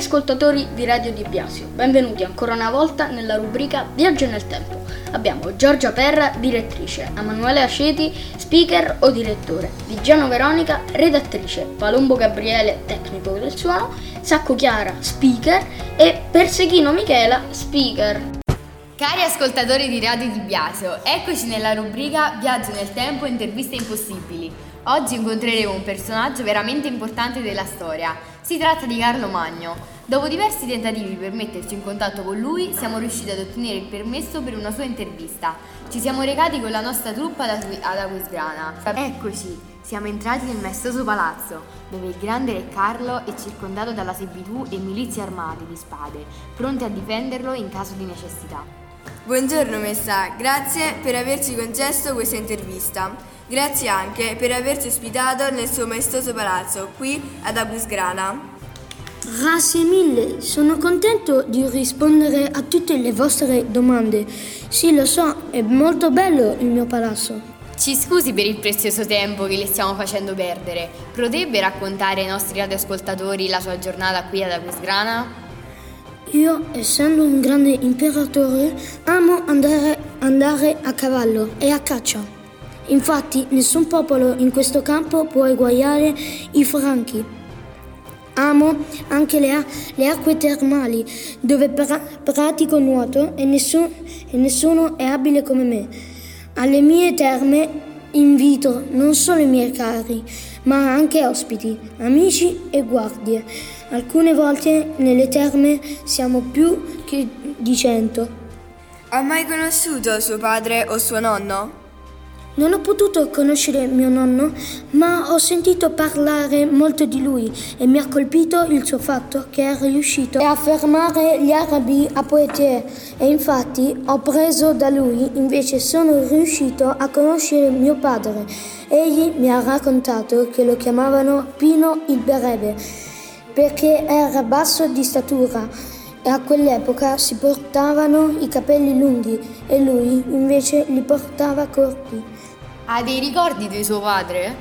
ascoltatori di Radio Di Biasio, benvenuti ancora una volta nella rubrica Viaggio nel Tempo. Abbiamo Giorgia Perra, direttrice, Emanuele Aceti, speaker o direttore, Vigiano Veronica, redattrice, Palombo Gabriele, tecnico del suono, Sacco Chiara, speaker e Persechino Michela, speaker. Cari ascoltatori di Radio Di Biasio, eccoci nella rubrica Viaggio nel Tempo, interviste impossibili. Oggi incontreremo un personaggio veramente importante della storia. Si tratta di Carlo Magno. Dopo diversi tentativi per metterci in contatto con lui, siamo riusciti ad ottenere il permesso per una sua intervista. Ci siamo recati con la nostra truppa ad Aquisgrana. Eccoci, siamo entrati nel maestoso palazzo, dove il grande re Carlo è circondato dalla servitù e milizie armate di spade, pronte a difenderlo in caso di necessità. Buongiorno Messa, grazie per averci concesso questa intervista. Grazie anche per averci ospitato nel suo maestoso palazzo, qui ad Aquisgrana. Grazie mille, sono contento di rispondere a tutte le vostre domande. Sì, lo so, è molto bello il mio palazzo. Ci scusi per il prezioso tempo che le stiamo facendo perdere. Potrebbe raccontare ai nostri radioascoltatori la sua giornata qui ad Aquisgrana? Io, essendo un grande imperatore, amo andare a cavallo e a caccia. Infatti, nessun popolo in questo campo può eguagliare i Franchi. Amo anche le acque termali, dove pratico nuoto e nessuno è abile come me. Alle mie terme invito non solo i miei cari, ma anche ospiti, amici e guardie. Alcune volte nelle terme siamo più che di 100. Ha mai conosciuto suo padre o suo nonno? Non ho potuto conoscere mio nonno, ma ho sentito parlare molto di lui e mi ha colpito il suo fatto che è riuscito a fermare gli arabi a Poitiers e infatti ho preso da lui, invece sono riuscito a conoscere mio padre. Egli mi ha raccontato che lo chiamavano Pino il Berebe perché era basso di statura e a quell'epoca si portavano i capelli lunghi e lui invece li portava corti. Ha dei ricordi di suo padre?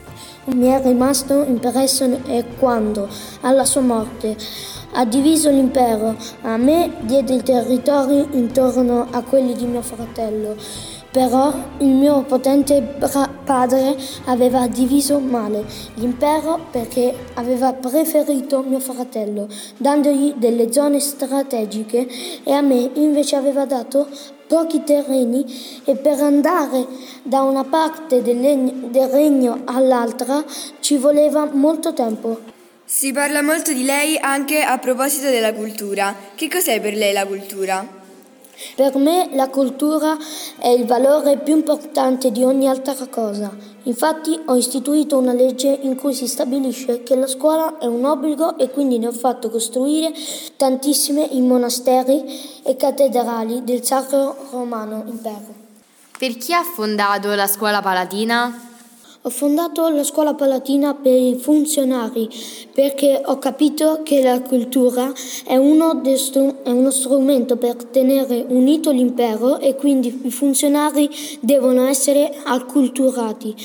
Mi è rimasto impresso quando, alla sua morte, ha diviso l'impero. A me diede i territori intorno a quelli di mio fratello. Però il mio potente padre aveva diviso male l'impero perché aveva preferito mio fratello, dandogli delle zone strategiche e a me invece aveva dato pochi terreni e per andare da una parte del regno all'altra ci voleva molto tempo. Si parla molto di lei anche a proposito della cultura. Che cos'è per lei la cultura? Per me la cultura è il valore più importante di ogni altra cosa. Infatti ho istituito una legge in cui si stabilisce che la scuola è un obbligo e quindi ne ho fatto costruire tantissime in monasteri e cattedrali del Sacro Romano Impero. Per chi ha fondato la scuola palatina? Ho fondato la scuola palatina per i funzionari perché ho capito che la cultura è uno strumento per tenere unito l'impero e quindi i funzionari devono essere acculturati.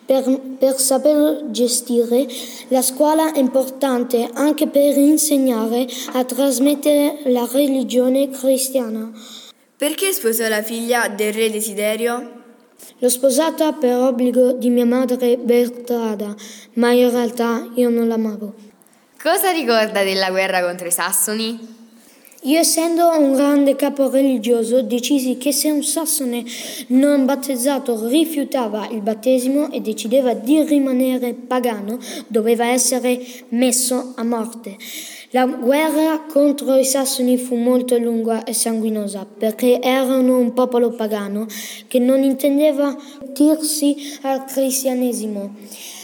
Per saper gestire la scuola è importante anche per insegnare a trasmettere la religione cristiana. Perché sposò la figlia del re Desiderio? L'ho sposata per obbligo di mia madre Bertrada, ma in realtà io non l'amavo. Cosa ricorda della guerra contro i Sassoni? Io, essendo un grande capo religioso, decisi che se un sassone non battezzato rifiutava il battesimo e decideva di rimanere pagano, doveva essere messo a morte. La guerra contro i Sassoni fu molto lunga e sanguinosa perché erano un popolo pagano che non intendeva convertirsi al cristianesimo.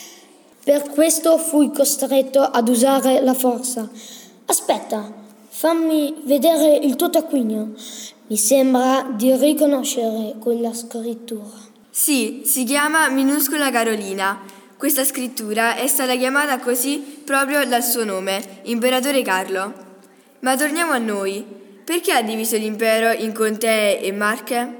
Per questo fui costretto ad usare la forza. Aspetta, fammi vedere il tuo taccuino. Mi sembra di riconoscere quella scrittura. Sì, si chiama Minuscola Carolina. Questa scrittura è stata chiamata così proprio dal suo nome, Imperatore Carlo. Ma torniamo a noi. Perché ha diviso l'impero in contee e marche?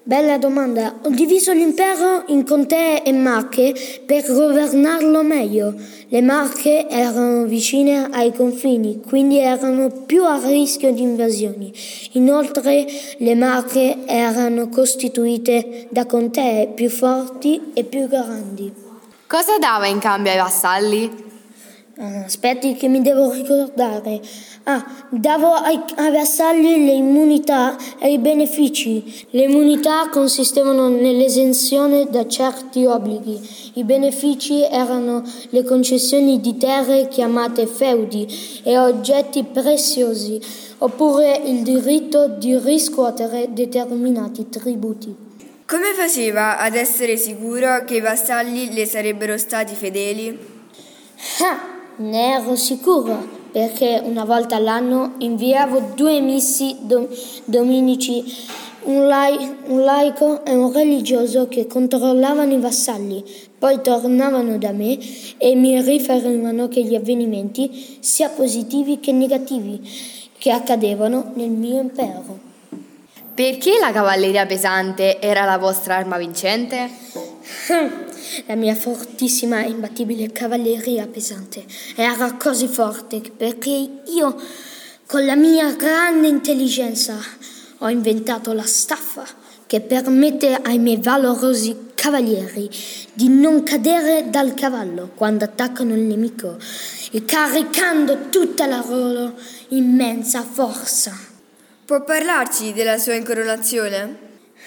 Bella domanda. Ho diviso l'impero in contee e marche per governarlo meglio. Le marche erano vicine ai confini, quindi erano più a rischio di invasioni. Inoltre le marche erano costituite da contee più forti e più grandi. Cosa dava in cambio ai vassalli? Aspetti che mi devo ricordare. Davo ai vassalli le immunità e i benefici. Le immunità consistevano nell'esenzione da certi obblighi. I benefici erano le concessioni di terre chiamate feudi e oggetti preziosi, oppure il diritto di riscuotere determinati tributi. Come faceva ad essere sicuro che i vassalli le sarebbero stati fedeli? Ne ero sicuro, perché una volta all'anno inviavo 2 missi dominici, un laico e un religioso che controllavano i vassalli. Poi tornavano da me e mi riferivano che gli avvenimenti, sia positivi che negativi, che accadevano nel mio impero. Perché la cavalleria pesante era la vostra arma vincente? La mia fortissima e imbattibile cavalleria pesante era così forte perché io, con la mia grande intelligenza, ho inventato la staffa che permette ai miei valorosi cavalieri di non cadere dal cavallo quando attaccano il nemico, e caricando tutta la loro immensa forza. Può parlarci della sua incoronazione?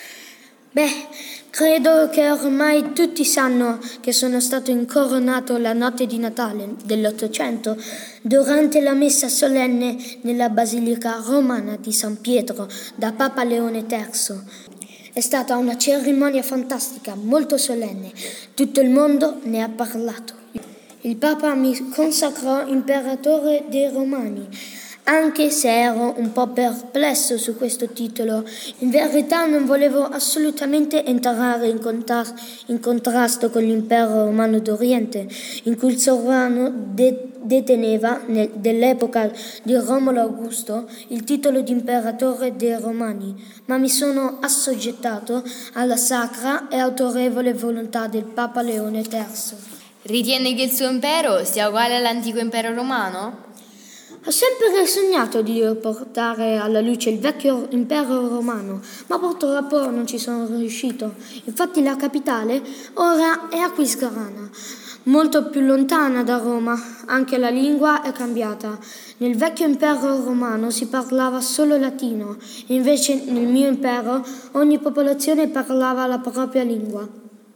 Credo che ormai tutti sanno che sono stato incoronato la notte di Natale dell'800 durante la messa solenne nella Basilica Romana di San Pietro da Papa Leone III. È stata una cerimonia fantastica, molto solenne. Tutto il mondo ne ha parlato. Il Papa mi consacrò imperatore dei Romani. Anche se ero un po' perplesso su questo titolo, in verità non volevo assolutamente entrare in contrasto con l'impero romano d'Oriente, in cui il sovrano deteneva dell'epoca di Romolo Augusto il titolo di imperatore dei Romani, ma mi sono assoggettato alla sacra e autorevole volontà del Papa Leone III. Ritiene che il suo impero sia uguale all'antico impero romano? Ho sempre sognato di portare alla luce il vecchio impero romano, ma purtroppo non ci sono riuscito. Infatti la capitale ora è Aquisgrana, molto più lontana da Roma. Anche la lingua è cambiata. Nel vecchio impero romano si parlava solo latino, invece nel mio impero ogni popolazione parlava la propria lingua.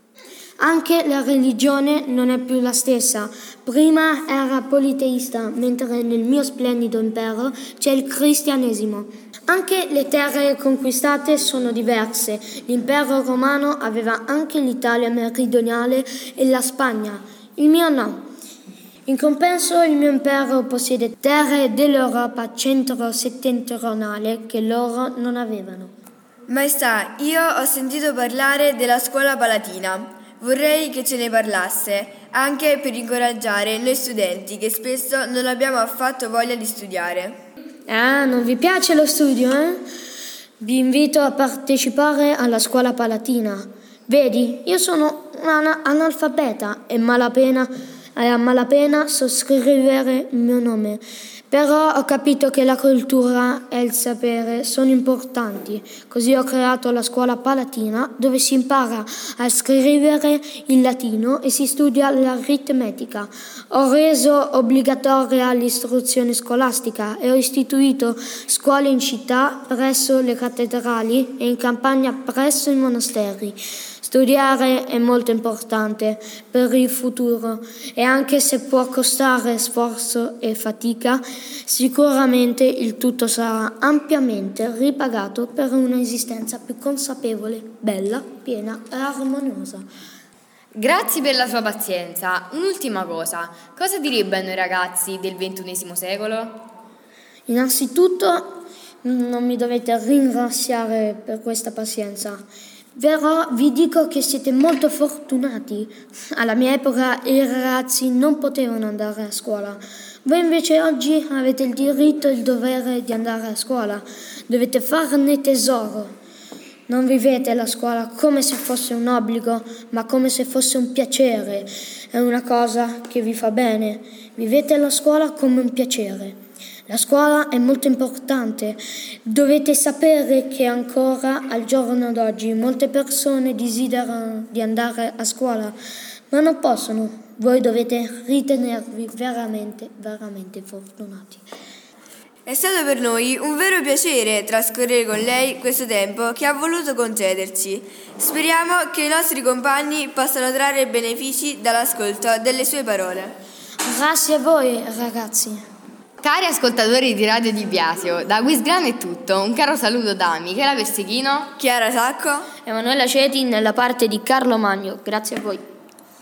Anche la religione non è più la stessa. Prima era politeista, mentre nel mio splendido impero c'è il cristianesimo. Anche le terre conquistate sono diverse. L'impero romano aveva anche l'Italia meridionale e la Spagna. Il mio no. In compenso il mio impero possiede terre dell'Europa centro-settentrionale che loro non avevano. Maestà, io ho sentito parlare della scuola palatina. Vorrei che ce ne parlasse, anche per incoraggiare noi studenti che spesso non abbiamo affatto voglia di studiare. Non vi piace lo studio, eh? Vi invito a partecipare alla scuola palatina. Vedi, io sono analfabeta e a malapena so scrivere il mio nome. Però ho capito che la cultura e il sapere sono importanti, così ho creato la scuola palatina dove si impara a scrivere il latino e si studia l'aritmetica. Ho reso obbligatoria l'istruzione scolastica e ho istituito scuole in città presso le cattedrali e in campagna presso i monasteri. Studiare è molto importante per il futuro e anche se può costare sforzo e fatica, sicuramente il tutto sarà ampiamente ripagato per un'esistenza più consapevole, bella, piena e armoniosa. Grazie per la sua pazienza. Un'ultima cosa direbbe a noi ragazzi del XXI secolo? Innanzitutto non mi dovete ringraziare per questa pazienza. Però vi dico che siete molto fortunati. Alla mia epoca i ragazzi non potevano andare a scuola. Voi invece oggi avete il diritto e il dovere di andare a scuola. Dovete farne tesoro. Non vivete la scuola come se fosse un obbligo, ma come se fosse un piacere. È una cosa che vi fa bene. Vivete la scuola come un piacere. La scuola è molto importante. Dovete sapere che ancora al giorno d'oggi molte persone desiderano di andare a scuola, ma non possono. Voi dovete ritenervi veramente, veramente fortunati. È stato per noi un vero piacere trascorrere con lei questo tempo che ha voluto concederci. Speriamo che i nostri compagni possano trarre benefici dall'ascolto delle sue parole. Grazie a voi, ragazzi. Cari ascoltatori di Radio Di Biasio, da Guisgrano è tutto. Un caro saluto da Michela Perseghino, Chiara Sacco, Emanuela Ceti nella parte di Carlo Magno. Grazie a voi.